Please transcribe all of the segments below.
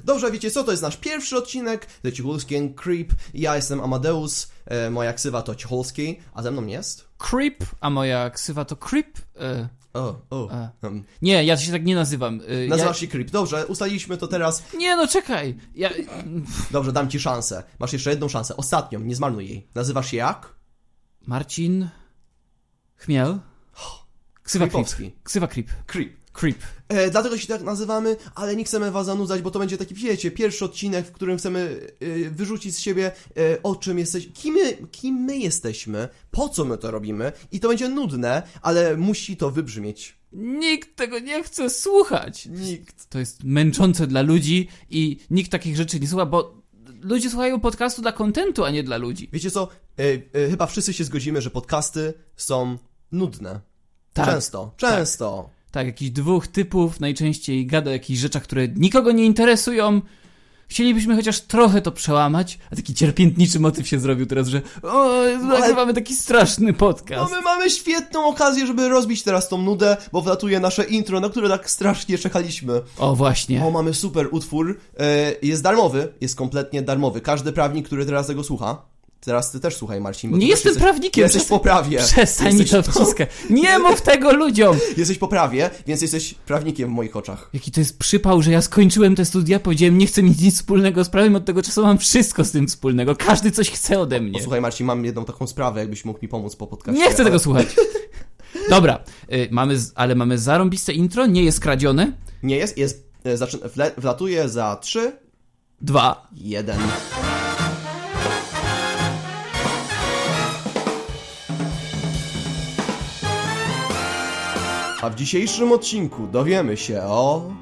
Dobrze, wiecie co? To jest nasz pierwszy odcinek The Cichulski and Creep. Ja jestem Amadeus, moja ksywa to Cichulski, a ze mną jest... Creep, a moja ksywa to Creep. Nie, ja się tak nie nazywam. Nazywasz się Creep. Dobrze, ustaliliśmy to teraz. Nie, no czekaj. Dobrze, dam ci szansę. Masz jeszcze jedną szansę. Ostatnią, nie zmarnuj jej. Nazywasz się jak? Marcin... Chmiel? Ksywa Creep. Ksywa Creep. Creep. Dlatego się tak nazywamy, ale nie chcemy was zanudzać, bo to będzie taki, wiecie, pierwszy odcinek, w którym chcemy wyrzucić z siebie o czym jesteśmy, kim my jesteśmy, po co my to robimy i to będzie nudne, ale musi to wybrzmieć. Nikt tego nie chce słuchać. Nikt. To jest męczące dla ludzi i nikt takich rzeczy nie słucha, bo ludzie słuchają podcastu dla kontentu, a nie dla ludzi. Wiecie co, chyba wszyscy się zgodzimy, że podcasty są nudne. Tak. Często. Tak, jakichś dwóch typów najczęściej gada o jakichś rzeczach, które nikogo nie interesują. Chcielibyśmy chociaż trochę to przełamać, a taki cierpiętniczy motyw się zrobił teraz, że nagrywamy taki straszny podcast. No my mamy świetną okazję, żeby rozbić teraz tą nudę, bo wlatuje nasze intro, na które tak strasznie czekaliśmy. O, właśnie. O, mamy super utwór. Jest darmowy, jest kompletnie darmowy. Każdy prawnik, który teraz tego słucha, teraz ty też słuchaj, Marcin. Bo nie jestem prawnikiem. Jesteś po prawie. Przestań mi to wciskać. Nie mów tego ludziom. Jesteś po prawie, więc jesteś prawnikiem w moich oczach. Jaki to jest przypał, że ja skończyłem te studia, powiedziałem, nie chcę mieć nic wspólnego z prawem, od tego czasu mam wszystko z tym wspólnego. Każdy coś chce ode mnie. Posłuchaj, Marcin, mam jedną taką sprawę, jakbyś mógł mi pomóc po podcaście. Nie chcę tego słuchać. Dobra, mamy zarąbiste intro, nie jest kradzione. Nie jest, wlatuje za 3, 2, 1. A w dzisiejszym odcinku dowiemy się o...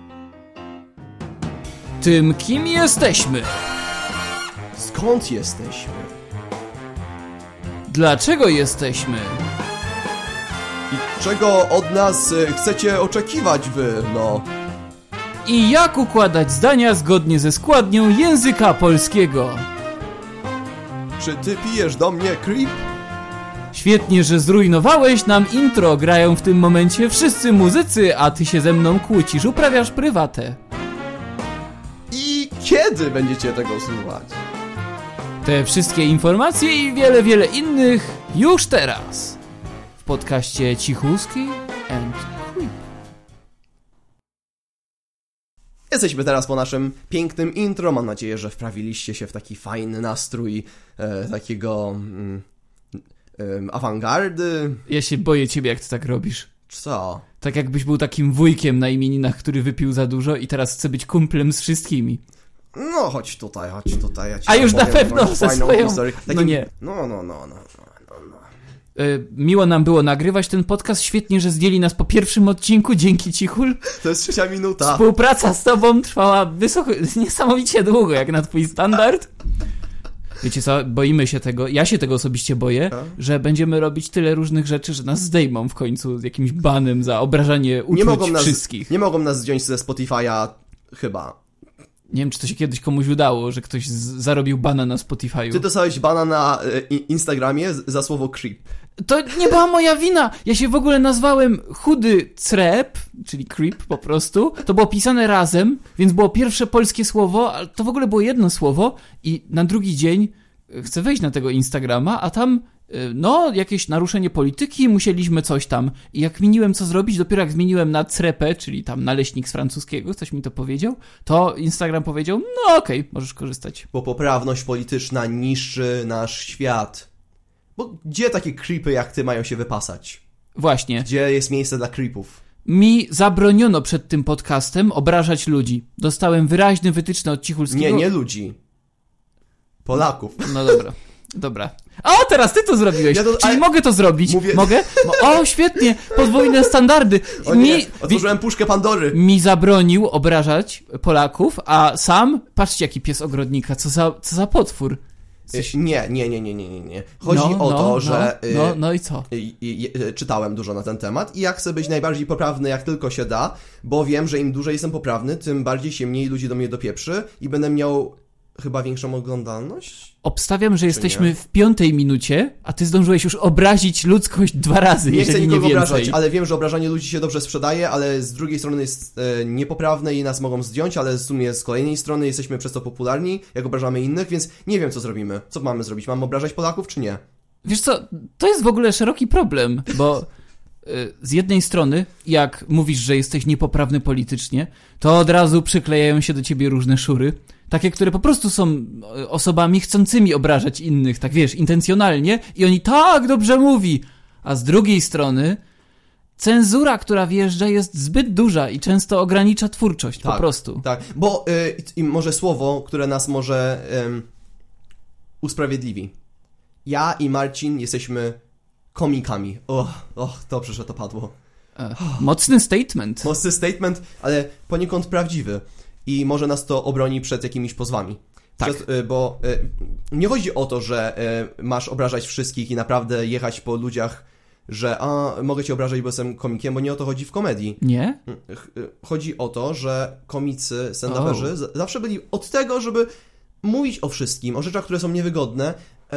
tym, kim jesteśmy. Skąd jesteśmy? Dlaczego jesteśmy? I czego od nas chcecie oczekiwać wy, no? I jak układać zdania zgodnie ze składnią języka polskiego. Czy ty pijesz do mnie, Creep? Świetnie, że zrujnowałeś nam intro. Grają w tym momencie wszyscy muzycy, a ty się ze mną kłócisz, uprawiasz prywatę. I kiedy będziecie tego słuchać? Te wszystkie informacje i wiele, wiele innych już teraz. W podcaście Cichulski and Creep. Jesteśmy teraz po naszym pięknym intro. Mam nadzieję, że wprawiliście się w taki fajny nastrój takiego... awangardy. Ja się boję ciebie, jak ty tak robisz. Co? Tak jakbyś był takim wujkiem na imieninach, który wypił za dużo i teraz chce być kumplem z wszystkimi. No, chodź tutaj. Ja ci a już na pewno ze swoją... Takim... No nie. No. Miło nam było nagrywać ten podcast. Świetnie, że zdjęli nas po pierwszym odcinku. Dzięki, Cichul. To jest 3 minuta. Współpraca z tobą trwała niesamowicie długo, jak na twój standard. Wiecie co, boimy się tego, ja się tego osobiście boję, że będziemy robić tyle różnych rzeczy, że nas zdejmą w końcu z jakimś banem za obrażanie uczuć wszystkich. Nie mogą nas zdjąć ze Spotify'a, chyba. Nie wiem, czy to się kiedyś komuś udało, że ktoś zarobił bana na Spotify'u. Ty dostałeś bana na Instagramie za słowo creep. To nie była moja wina. Ja się w ogóle nazwałem Chudy Crep, czyli creep po prostu. To było pisane razem, więc było pierwsze polskie słowo, ale to w ogóle było jedno słowo i na drugi dzień chcę wejść na tego Instagrama, a tam jakieś naruszenie polityki, musieliśmy coś tam. I jak kminiłem co zrobić, dopiero jak zmieniłem na crepę, czyli tam naleśnik z francuskiego, ktoś mi to powiedział, to Instagram powiedział, no okej, możesz korzystać. Bo poprawność polityczna niszczy nasz świat. Bo gdzie takie creepy jak ty mają się wypasać? Właśnie. Gdzie jest miejsce dla creepów? Mi zabroniono przed tym podcastem obrażać ludzi. Dostałem wyraźne wytyczne od Cichulskiego. Nie ludzi. Polaków. No dobra. O, teraz ty to zrobiłeś. Czyli mogę to zrobić. Mogę? O, świetnie. Podwójne standardy. O nie, otworzyłem puszkę Pandory. Mi zabronił obrażać Polaków, a sam, patrzcie jaki pies ogrodnika, co za potwór. Nie. Chodzi o to, że... No i co? Czytałem dużo na ten temat i ja chcę być najbardziej poprawny jak tylko się da, bo wiem, że im dłużej jestem poprawny, tym bardziej się mniej ludzi do mnie dopieprzy i będę miał chyba większą oglądalność? Obstawiam, że jesteśmy nie? w 5. minucie, a ty zdążyłeś już obrazić ludzkość 2 razy, Nie chcę jeżeli nie nikogo więcej. obrażać, ale wiem, że obrażanie ludzi się dobrze sprzedaje, ale z drugiej strony jest niepoprawne i nas mogą zdjąć, ale w sumie z kolejnej strony jesteśmy przez to popularni, jak obrażamy innych, więc nie wiem, co zrobimy. Co mamy zrobić? Mamy obrażać Polaków, czy nie? Wiesz co, to jest w ogóle szeroki problem, bo z jednej strony, jak mówisz, że jesteś niepoprawny politycznie, to od razu przyklejają się do ciebie różne szury, takie, które po prostu są osobami chcącymi obrażać innych, tak wiesz, intencjonalnie i oni tak dobrze mówi, a z drugiej strony cenzura, która wjeżdża, jest zbyt duża i często ogranicza twórczość, tak, po prostu. Tak, bo i może słowo, które nas może usprawiedliwi. Ja i Marcin jesteśmy komikami. Dobrze, że to padło. Mocny statement. Mocny statement, ale poniekąd prawdziwy. I może nas to obroni przed jakimiś pozwami. Tak. Bo nie chodzi o to, że masz obrażać wszystkich i naprawdę jechać po ludziach, że mogę cię obrażać, bo jestem komikiem, bo nie o to chodzi w komedii. Nie? Chodzi o to, że komicy, stand-uperzy zawsze byli od tego, żeby mówić o wszystkim, o rzeczach, które są niewygodne.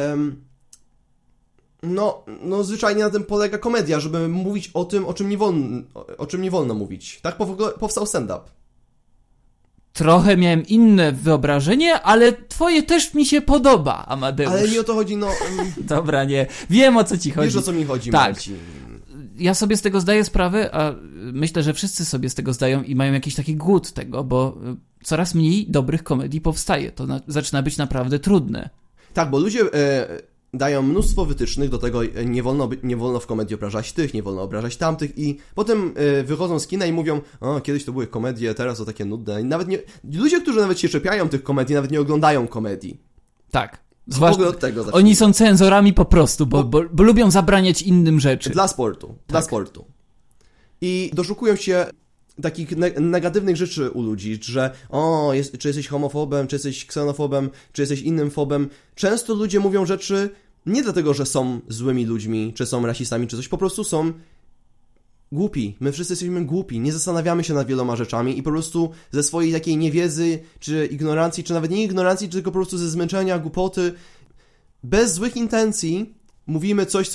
No, zwyczajnie na tym polega komedia, żeby mówić o tym, o czym nie wolno mówić. Tak powstał stand-up. Trochę miałem inne wyobrażenie, ale twoje też mi się podoba, Amadeusz. Ale nie o to chodzi, Dobra, nie. Wiem, o co ci chodzi. Wiesz, o co mi chodzi, tak. Marcin. Ja sobie z tego zdaję sprawę, a myślę, że wszyscy sobie z tego zdają i mają jakiś taki głód tego, bo coraz mniej dobrych komedii powstaje. To zaczyna być naprawdę trudne. Tak, bo ludzie dają mnóstwo wytycznych do tego, nie wolno w komedii obrażać tych, nie wolno obrażać tamtych i potem wychodzą z kina i mówią, kiedyś to były komedie, teraz to takie nudne. I nawet ludzie, którzy nawet się czepiają tych komedii, nawet nie oglądają komedii. Tak. Zwłaszcza od tego zaczyna. Oni są cenzorami po prostu, bo lubią zabraniać innym rzeczy. Dla sportu. I doszukują się takich negatywnych rzeczy u ludzi, że czy jesteś homofobem, czy jesteś ksenofobem, czy jesteś innym fobem. Często ludzie mówią rzeczy nie dlatego, że są złymi ludźmi, czy są rasistami, czy coś, po prostu są głupi. My wszyscy jesteśmy głupi, nie zastanawiamy się nad wieloma rzeczami i po prostu ze swojej takiej niewiedzy, czy ignorancji, czy nawet nie ignorancji, tylko po prostu ze zmęczenia, głupoty, bez złych intencji mówimy coś,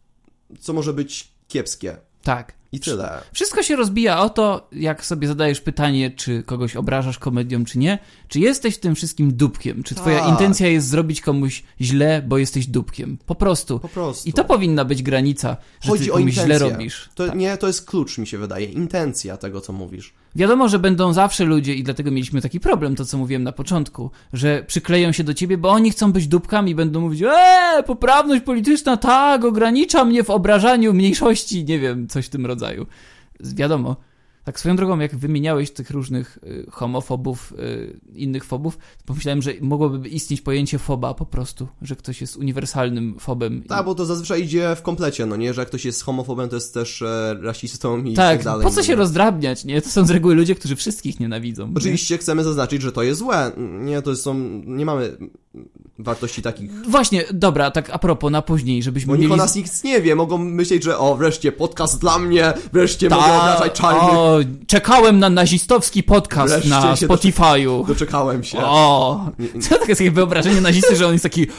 co może być kiepskie. Tak. I tyle. Wszystko się rozbija o to, jak sobie zadajesz pytanie, czy kogoś obrażasz komedią, czy nie. Czy jesteś w tym wszystkim dupkiem? Czy twoja intencja jest zrobić komuś źle, bo jesteś dupkiem? Po prostu. I to powinna być granica, że chodzi ty o komuś intencję. źle robisz. Nie, to jest klucz, mi się wydaje. Intencja tego, co mówisz. Wiadomo, że będą zawsze ludzie i dlatego mieliśmy taki problem, to co mówiłem na początku, że przykleją się do ciebie, bo oni chcą być dupkami i będą mówić, poprawność polityczna, tak, ogranicza mnie w obrażaniu mniejszości, nie wiem, coś w tym rodzaju. Wiadomo. Tak swoją drogą, jak wymieniałeś tych różnych homofobów, innych fobów, to pomyślałem, że mogłoby istnieć pojęcie foba po prostu, że ktoś jest uniwersalnym fobem. Tak, bo to zazwyczaj idzie w komplecie, no nie? Że jak ktoś jest homofobem, to jest też rasistą i tak dalej. Po co się rozdrabniać, nie? To są z reguły ludzie, którzy wszystkich nienawidzą. Oczywiście chcemy zaznaczyć, że to jest złe. Nie mamy wartości takich. Właśnie, dobra, tak a propos, na później, żebyśmy mieli... Bo nikt o nas nic nie wie, mogą myśleć, że wreszcie podcast dla mnie, wreszcie mogę obrażać czarnych. Czekałem na nazistowski podcast wreszcie na Spotify'u. Doczekałem się. Co to jest takie wyobrażenie nazisty, że on jest taki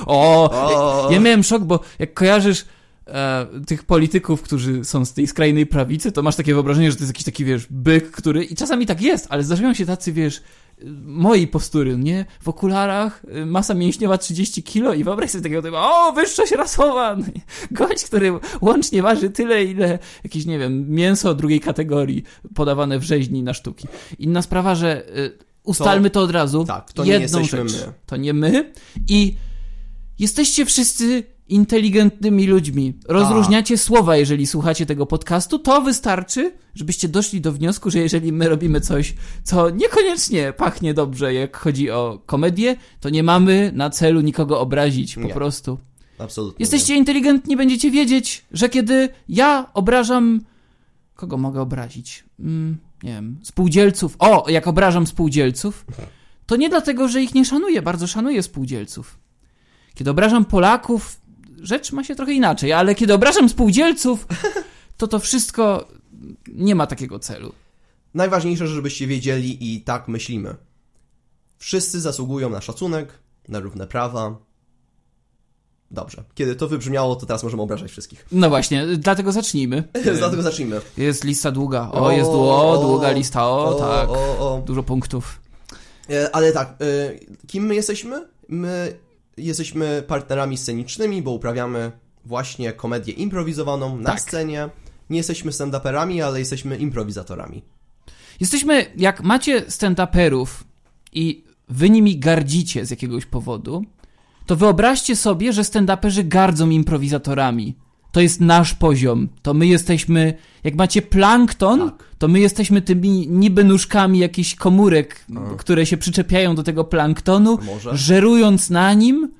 Ja miałem szok, bo jak kojarzysz tych polityków, którzy są z tej skrajnej prawicy, to masz takie wyobrażenie, że to jest jakiś taki, wiesz, byk, który... I czasami tak jest, ale zdarzają się tacy, wiesz, mojej postury, nie? W okularach, masa mięśniowa 30 kilo i wyobraź sobie takiego typu, wyższość rasowa! Gość, który łącznie waży tyle, ile jakieś, nie wiem, mięso drugiej kategorii podawane w rzeźni na sztuki. Inna sprawa, że ustalmy to od razu. Tak, to nie jesteśmy my. To nie my i jesteście wszyscy inteligentnymi ludźmi. Rozróżniacie słowa, jeżeli słuchacie tego podcastu, to wystarczy, żebyście doszli do wniosku, że jeżeli my robimy coś, co niekoniecznie pachnie dobrze, jak chodzi o komedię, to nie mamy na celu nikogo obrazić, po prostu. Absolutnie. Jesteście inteligentni, będziecie wiedzieć, że kiedy ja obrażam... Kogo mogę obrazić? Nie wiem, spółdzielców. Jak obrażam spółdzielców, to nie dlatego, że ich nie szanuję, bardzo szanuję spółdzielców. Kiedy obrażam Polaków, rzecz ma się trochę inaczej, ale kiedy obrażam spółdzielców, to wszystko nie ma takiego celu. Najważniejsze, żebyście wiedzieli i tak myślimy. Wszyscy zasługują na szacunek, na równe prawa. Dobrze. Kiedy to wybrzmiało, to teraz możemy obrażać wszystkich. No właśnie, dlatego zacznijmy. Dlatego zacznijmy. Jest lista długa. Jest długa lista. Tak. Dużo punktów. Ale tak, kim my jesteśmy? My jesteśmy partnerami scenicznymi, bo uprawiamy właśnie komedię improwizowaną na scenie. Nie jesteśmy stand-uperami, ale jesteśmy improwizatorami. Jesteśmy, jak macie stand-uperów i wy nimi gardzicie z jakiegoś powodu, to wyobraźcie sobie, że stand-uperzy gardzą improwizatorami. To jest nasz poziom. To my jesteśmy, jak macie plankton, to my jesteśmy tymi niby nóżkami jakichś komórek, które się przyczepiają do tego planktonu, żerując na nim.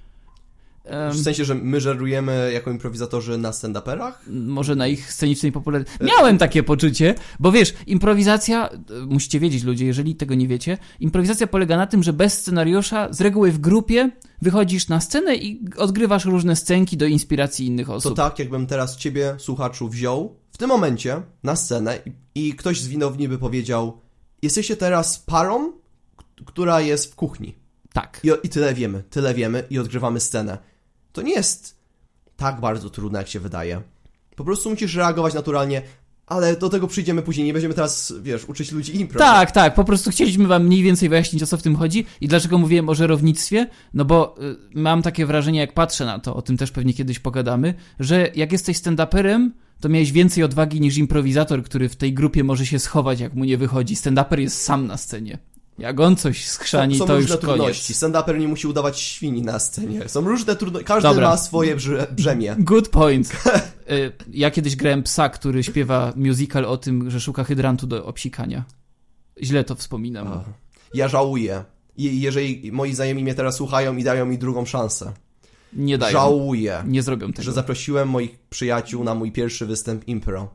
W sensie, że my żerujemy jako improwizatorzy na stand-uperach? Może na ich scenicznej popularności. Miałem takie poczucie, bo wiesz, improwizacja, musicie wiedzieć ludzie, jeżeli tego nie wiecie, improwizacja polega na tym, że bez scenariusza, z reguły w grupie, wychodzisz na scenę i odgrywasz różne scenki do inspiracji innych osób. To tak, jakbym teraz ciebie, słuchaczu, wziął w tym momencie na scenę i ktoś z winowni by powiedział: jesteście teraz parą, która jest w kuchni. Tak. I tyle wiemy i odgrywamy scenę. To nie jest tak bardzo trudne, jak się wydaje. Po prostu musisz reagować naturalnie, ale do tego przyjdziemy później. Nie będziemy teraz, wiesz, uczyć ludzi impro. Tak. Po prostu chcieliśmy wam mniej więcej wyjaśnić, o co w tym chodzi i dlaczego mówiłem o żerownictwie. No bo mam takie wrażenie, jak patrzę na to, o tym też pewnie kiedyś pogadamy, że jak jesteś stand-uperem, to miałeś więcej odwagi niż improwizator, który w tej grupie może się schować, jak mu nie wychodzi. Stand-uper jest sam na scenie. Jak on coś skrzani, to już koniec. Stand-uper nie musi udawać świni na scenie. Są różne trudności. Każdy ma swoje brzemię. Good point. Ja kiedyś grałem psa, który śpiewa musical o tym, że szuka hydrantu do obsikania. Źle to wspominam. Ja żałuję. Jeżeli moi znajomi mnie teraz słuchają i dają mi drugą szansę. Nie dają. Żałuję. Nie zrobią tego. Że zaprosiłem moich przyjaciół na mój pierwszy występ impro.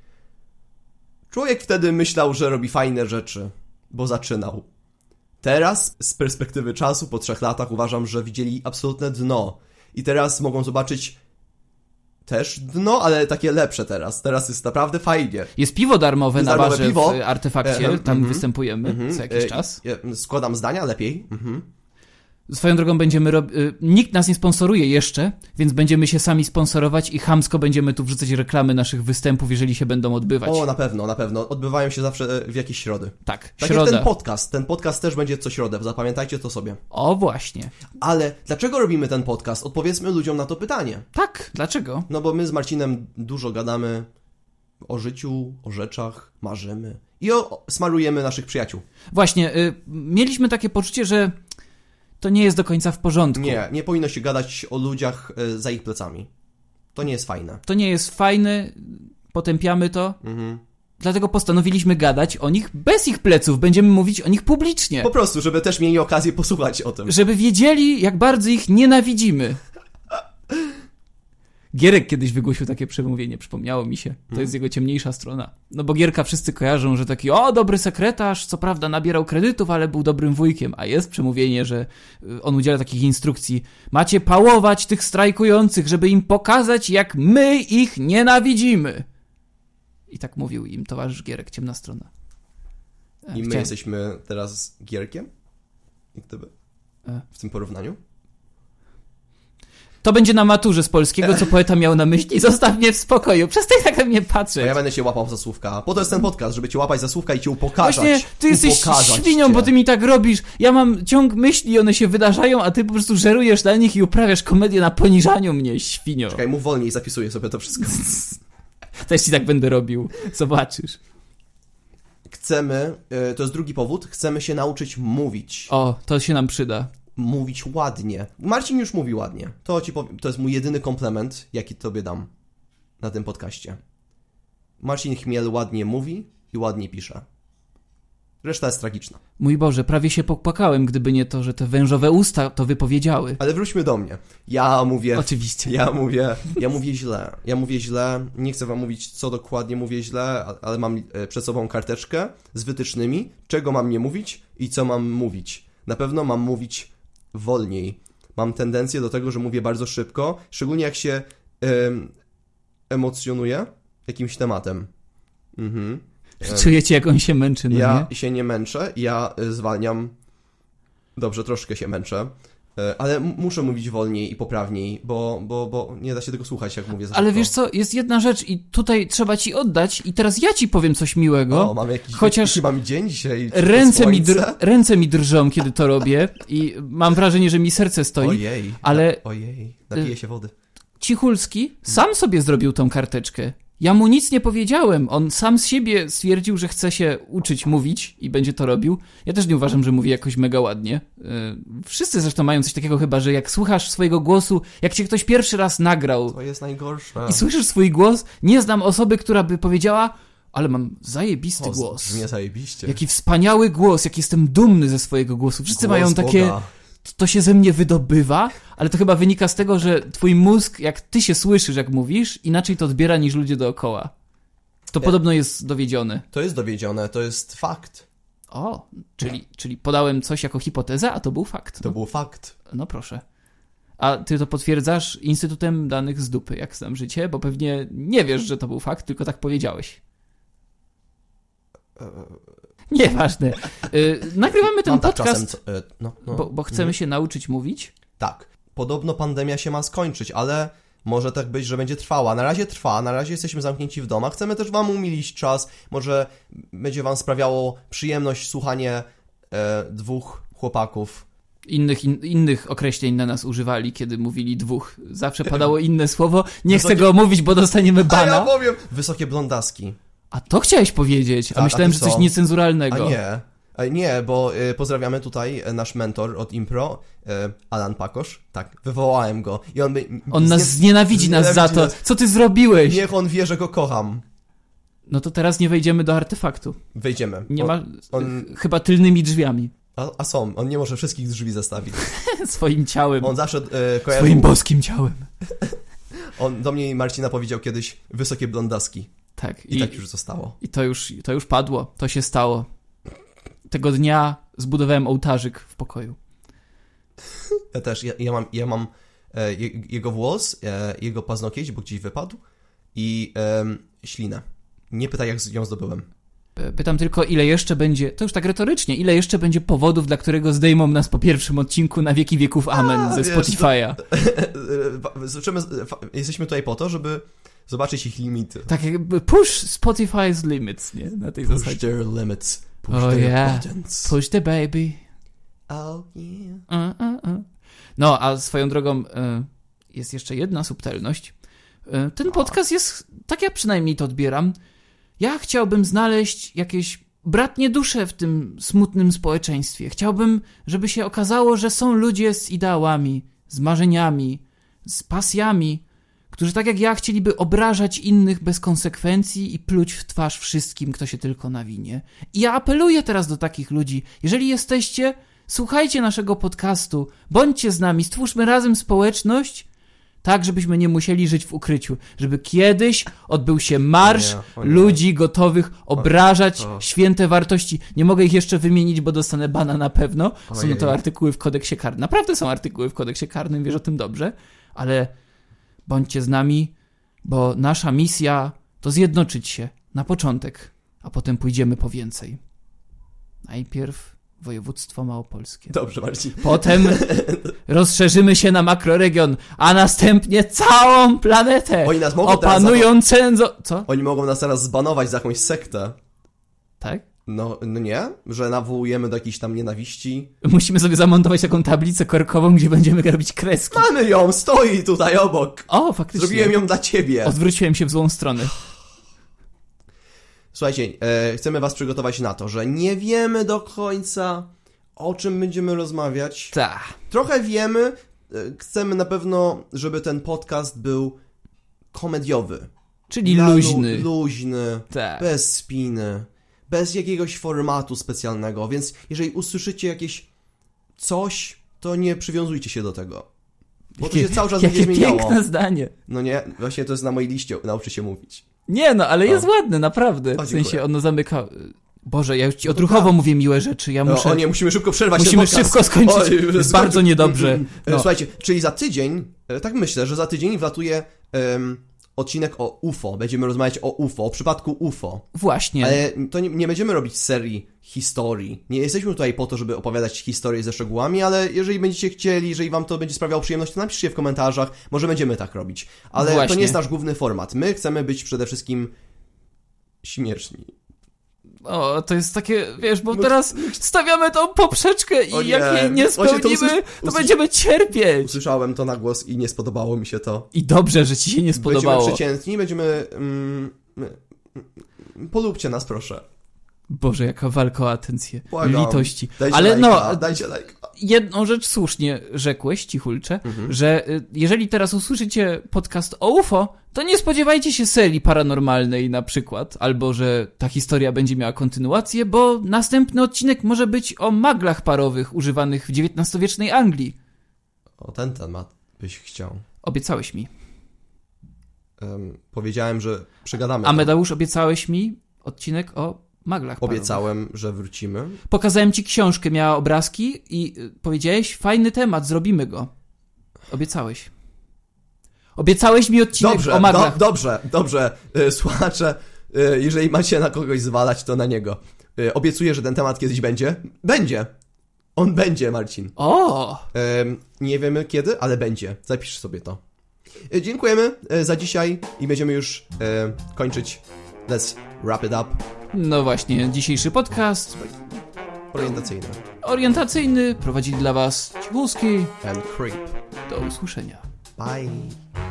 Człowiek wtedy myślał, że robi fajne rzeczy. Bo zaczynał. Teraz, z perspektywy czasu, po 3 latach, uważam, że widzieli absolutne dno. I teraz mogą zobaczyć też dno, ale takie lepsze teraz. Teraz jest naprawdę fajnie. Jest piwo darmowe na barze w Artefakcie. Tam występujemy co jakiś czas. Składam zdania lepiej. Swoją drogą będziemy nikt nas nie sponsoruje jeszcze, więc będziemy się sami sponsorować i chamsko będziemy tu wrzucać reklamy naszych występów, jeżeli się będą odbywać. Na pewno. Odbywają się zawsze w jakieś środy. Tak środa. Jak ten podcast też będzie co środę, zapamiętajcie to sobie. O, właśnie. Ale dlaczego robimy ten podcast? Odpowiedzmy ludziom na to pytanie. Tak, dlaczego? No bo my z Marcinem dużo gadamy o życiu, o rzeczach, marzymy i smarujemy naszych przyjaciół. Właśnie, mieliśmy takie poczucie, że to nie jest do końca w porządku. Nie powinno się gadać o ludziach za ich plecami. To nie jest fajne. To nie jest fajne, potępiamy to. Dlatego postanowiliśmy gadać o nich bez ich pleców. Będziemy mówić o nich publicznie. Po prostu, żeby też mieli okazję posłuchać o tym. Żeby wiedzieli, jak bardzo ich nienawidzimy. Gierek kiedyś wygłosił takie przemówienie, przypomniało mi się. To jest jego ciemniejsza strona. No bo Gierka wszyscy kojarzą, że taki dobry sekretarz, co prawda nabierał kredytów, ale był dobrym wujkiem. A jest przemówienie, że on udziela takich instrukcji. Macie pałować tych strajkujących, żeby im pokazać, jak my ich nienawidzimy. I tak mówił im towarzysz Gierek, ciemna strona. I my jesteśmy teraz Gierkiem? Jak gdyby? W tym porównaniu? To będzie na maturze z polskiego, co poeta miał na myśli. Zostaw mnie w spokoju. Przestań tak na mnie patrzeć. Ja będę cię łapał za słówka. Po to jest ten podcast, żeby cię łapać za słówka i cię upokarzać. Właśnie, ty jesteś świnią, bo ty mi tak robisz. Ja mam ciąg myśli i one się wydarzają, a ty po prostu żerujesz na nich i uprawiasz komedię na poniżaniu mnie, świnio. Czekaj, mów wolniej, zapisuję sobie to wszystko. Też ci tak będę robił. Zobaczysz. Chcemy, to jest drugi powód, chcemy się nauczyć mówić. To się nam przyda. Mówić ładnie. Marcin już mówi ładnie. To jest mój jedyny komplement, jaki tobie dam na tym podcaście. Marcin Chmiel ładnie mówi i ładnie pisze. Reszta jest tragiczna. Mój Boże, prawie się popłakałem, gdyby nie to, że te wężowe usta to wypowiedziały. Ale wróćmy do mnie. Ja mówię... Oczywiście. Ja mówię źle. Nie chcę wam mówić, co dokładnie mówię źle, ale mam przed sobą karteczkę z wytycznymi, czego mam nie mówić i co mam mówić. Na pewno mam mówić wolniej. Mam tendencję do tego, że mówię bardzo szybko, szczególnie jak się emocjonuję jakimś tematem. Czujecie, jak on się męczy, no ja się nie męczę, ja zwalniam Dobrze, troszkę się męczę. Ale muszę mówić wolniej i poprawniej, bo nie da się tego słuchać, jak mówię. Ale wiesz co, jest jedna rzecz i tutaj trzeba ci oddać i teraz ja ci powiem coś miłego. O, mamy jakiś chociaż mamy dzień dzisiaj. Ręce mi drżą, kiedy to robię i mam wrażenie, że mi serce stoi. Ojej, ale napiję się wody. Cichulski sam sobie zrobił tą karteczkę. Ja mu nic nie powiedziałem. On sam z siebie stwierdził, że chce się uczyć mówić i będzie to robił. Ja też nie uważam, że mówi jakoś mega ładnie. Wszyscy zresztą mają coś takiego chyba, że jak słuchasz swojego głosu, jak cię ktoś pierwszy raz nagrał... To jest najgorsze. I słyszysz swój głos, nie znam osoby, która by powiedziała, ale mam zajebisty głos. Brzmi zajebiście. Jaki wspaniały głos, jak jestem dumny ze swojego głosu. Wszyscy głos mają takie... Boga. To się ze mnie wydobywa, ale to chyba wynika z tego, że twój mózg, jak ty się słyszysz, jak mówisz, inaczej to odbiera niż ludzie dookoła. To podobno jest dowiedzione. To jest dowiedzione, to jest fakt. O, czyli podałem coś jako hipotezę, a to był fakt. To był fakt. No proszę. A ty to potwierdzasz Instytutem Danych z Dupy, jak znam życie, bo pewnie nie wiesz, że to był fakt, tylko tak powiedziałeś. Nieważne. Nagrywamy ten podcast, bo chcemy się nauczyć mówić. Tak. Podobno pandemia się ma skończyć, ale może tak być, że będzie trwała. Na razie trwa, na razie jesteśmy zamknięci w domach. Chcemy też wam umilić czas. Może będzie wam sprawiało przyjemność słuchanie dwóch chłopaków. Innych określeń na nas używali, kiedy mówili dwóch. Zawsze padało inne słowo. Nie chcę go mówić, bo dostaniemy bana. A ja powiem! Wysokie blondaski. A to chciałeś powiedzieć, a myślałem, że coś niecenzuralnego. Nie, bo pozdrawiamy tutaj nasz mentor od Impro, Alan Pakosz. Tak, wywołałem go. I on nas znienawidzi nas za to. Co ty zrobiłeś? Niech on wie, że go kocham. No to teraz nie wejdziemy do artefaktu. Wejdziemy. Nie ma... Chyba tylnymi drzwiami. A są. On nie może wszystkich drzwi zastawić. Swoim ciałem. On zawsze kojarzył... Swoim boskim ciałem. On do mnie i Marcina powiedział kiedyś wysokie blondaski. Tak. I tak już zostało. I to już padło. To się stało. Tego dnia zbudowałem ołtarzyk w pokoju. Ja też. Ja mam jego włos, jego paznokieć, bo gdzieś wypadł i ślinę. Nie pytaj, jak ją zdobyłem. Pytam tylko, ile jeszcze będzie, to już tak retorycznie, ile jeszcze będzie powodów, dla którego zdejmą nas po pierwszym odcinku na wieki wieków amen ze Spotify'a. Jesteśmy tutaj po to, żeby zobaczyć ich limity. Tak jakby push Spotify's limits, nie? Na tej push zasadzie. Their limits. Push their buttons. Push the baby. Oh yeah. No, a swoją drogą jest jeszcze jedna subtelność. Ten podcast jest, tak ja przynajmniej to odbieram, ja chciałbym znaleźć jakieś bratnie dusze w tym smutnym społeczeństwie. Chciałbym, żeby się okazało, że są ludzie z ideałami, z marzeniami, z pasjami, którzy tak jak ja chcieliby obrażać innych bez konsekwencji i pluć w twarz wszystkim, kto się tylko nawinie. I ja apeluję teraz do takich ludzi. Jeżeli jesteście, słuchajcie naszego podcastu, bądźcie z nami, stwórzmy razem społeczność, tak, żebyśmy nie musieli żyć w ukryciu. Żeby kiedyś odbył się marsz ludzi gotowych obrażać święte wartości. Nie mogę ich jeszcze wymienić, bo dostanę bana na pewno. Są to artykuły w kodeksie karnym. Naprawdę są artykuły w kodeksie karnym, wiesz o tym dobrze. Ale bądźcie z nami, bo nasza misja to zjednoczyć się na początek, a potem pójdziemy po więcej. Najpierw województwo małopolskie. Dobrze, Marcin. Potem rozszerzymy się na makroregion, a następnie całą planetę. Oni nas mogą opanując Co? Oni mogą nas teraz zbanować za jakąś sektę. Tak? No nie? Że nawołujemy do jakiejś tam nienawiści. Musimy sobie zamontować taką tablicę korkową, gdzie będziemy robić kreski. Mamy ją! Stoi tutaj obok! O, faktycznie. Zrobiłem ją dla ciebie. Odwróciłem się w złą stronę. Słuchajcie, chcemy was przygotować na to, że nie wiemy do końca, o czym będziemy rozmawiać. Tak. Trochę wiemy, chcemy na pewno, żeby ten podcast był komediowy. Czyli luźny. Luźny, tak. Bez spiny, bez jakiegoś formatu specjalnego, więc jeżeli usłyszycie jakieś coś, to nie przywiązujcie się do tego. Bo to się cały czas będzie zmieniało. Jakie piękne zdanie. No nie, właśnie to jest na mojej liście, nauczę się mówić. Nie, no, ale jest ładny, naprawdę. W sensie ono zamyka... Boże, ja już ci odruchowo mówię miłe rzeczy, ja muszę... O nie, musimy szybko przerwać musimy ten podcast. Szybko skończyć, jest bardzo niedobrze. No. Słuchajcie, czyli za tydzień, tak myślę, że za tydzień wlatuje odcinek o UFO. Będziemy rozmawiać o UFO, o przypadku UFO. Właśnie. Ale to nie będziemy robić serii historii. Nie jesteśmy tutaj po to, żeby opowiadać historię ze szczegółami, ale jeżeli będziecie chcieli, jeżeli wam to będzie sprawiało przyjemność, to napiszcie w komentarzach. Może będziemy tak robić. Ale Właśnie. to nie jest nasz główny format. My chcemy być przede wszystkim śmieszni. O, to jest takie, wiesz, bo teraz stawiamy tą poprzeczkę i nie. jak jej nie Właśnie spełnimy, to będziemy cierpieć. Usłyszałem to na głos i nie spodobało mi się to. I dobrze, że ci się nie spodobało. Będziemy przeciętni, będziemy... polubcie nas, proszę. Boże, jaka walka o atencję. Błagam. Litości. Dajcie Ale lajka, dajcie lajka. Jedną rzecz słusznie rzekłeś, cichulcze, że jeżeli teraz usłyszycie podcast o UFO, to nie spodziewajcie się serii paranormalnej na przykład, albo że ta historia będzie miała kontynuację, bo następny odcinek może być o maglach parowych używanych w XIX-wiecznej Anglii. O ten temat byś chciał. Obiecałeś mi. Powiedziałem, że przegadamy. A Medeusz, obiecałeś mi odcinek o maglach parowych. Obiecałem, że wrócimy. Pokazałem ci książkę, miała obrazki i powiedziałeś, fajny temat, zrobimy go. Obiecałeś. Obiecałeś mi odcinek o maglach. Dobrze. Słuchacze, jeżeli macie na kogoś zwalać, to na niego. Obiecuję, że ten temat kiedyś będzie. Będzie. On będzie, Marcin. O! Nie wiemy kiedy, ale będzie. Zapisz sobie to. Dziękujemy za dzisiaj i będziemy już kończyć. Let's wrap it up. No właśnie, dzisiejszy podcast Orientacyjny. prowadzili dla was Cichulski. And Creep. Do usłyszenia. Bye.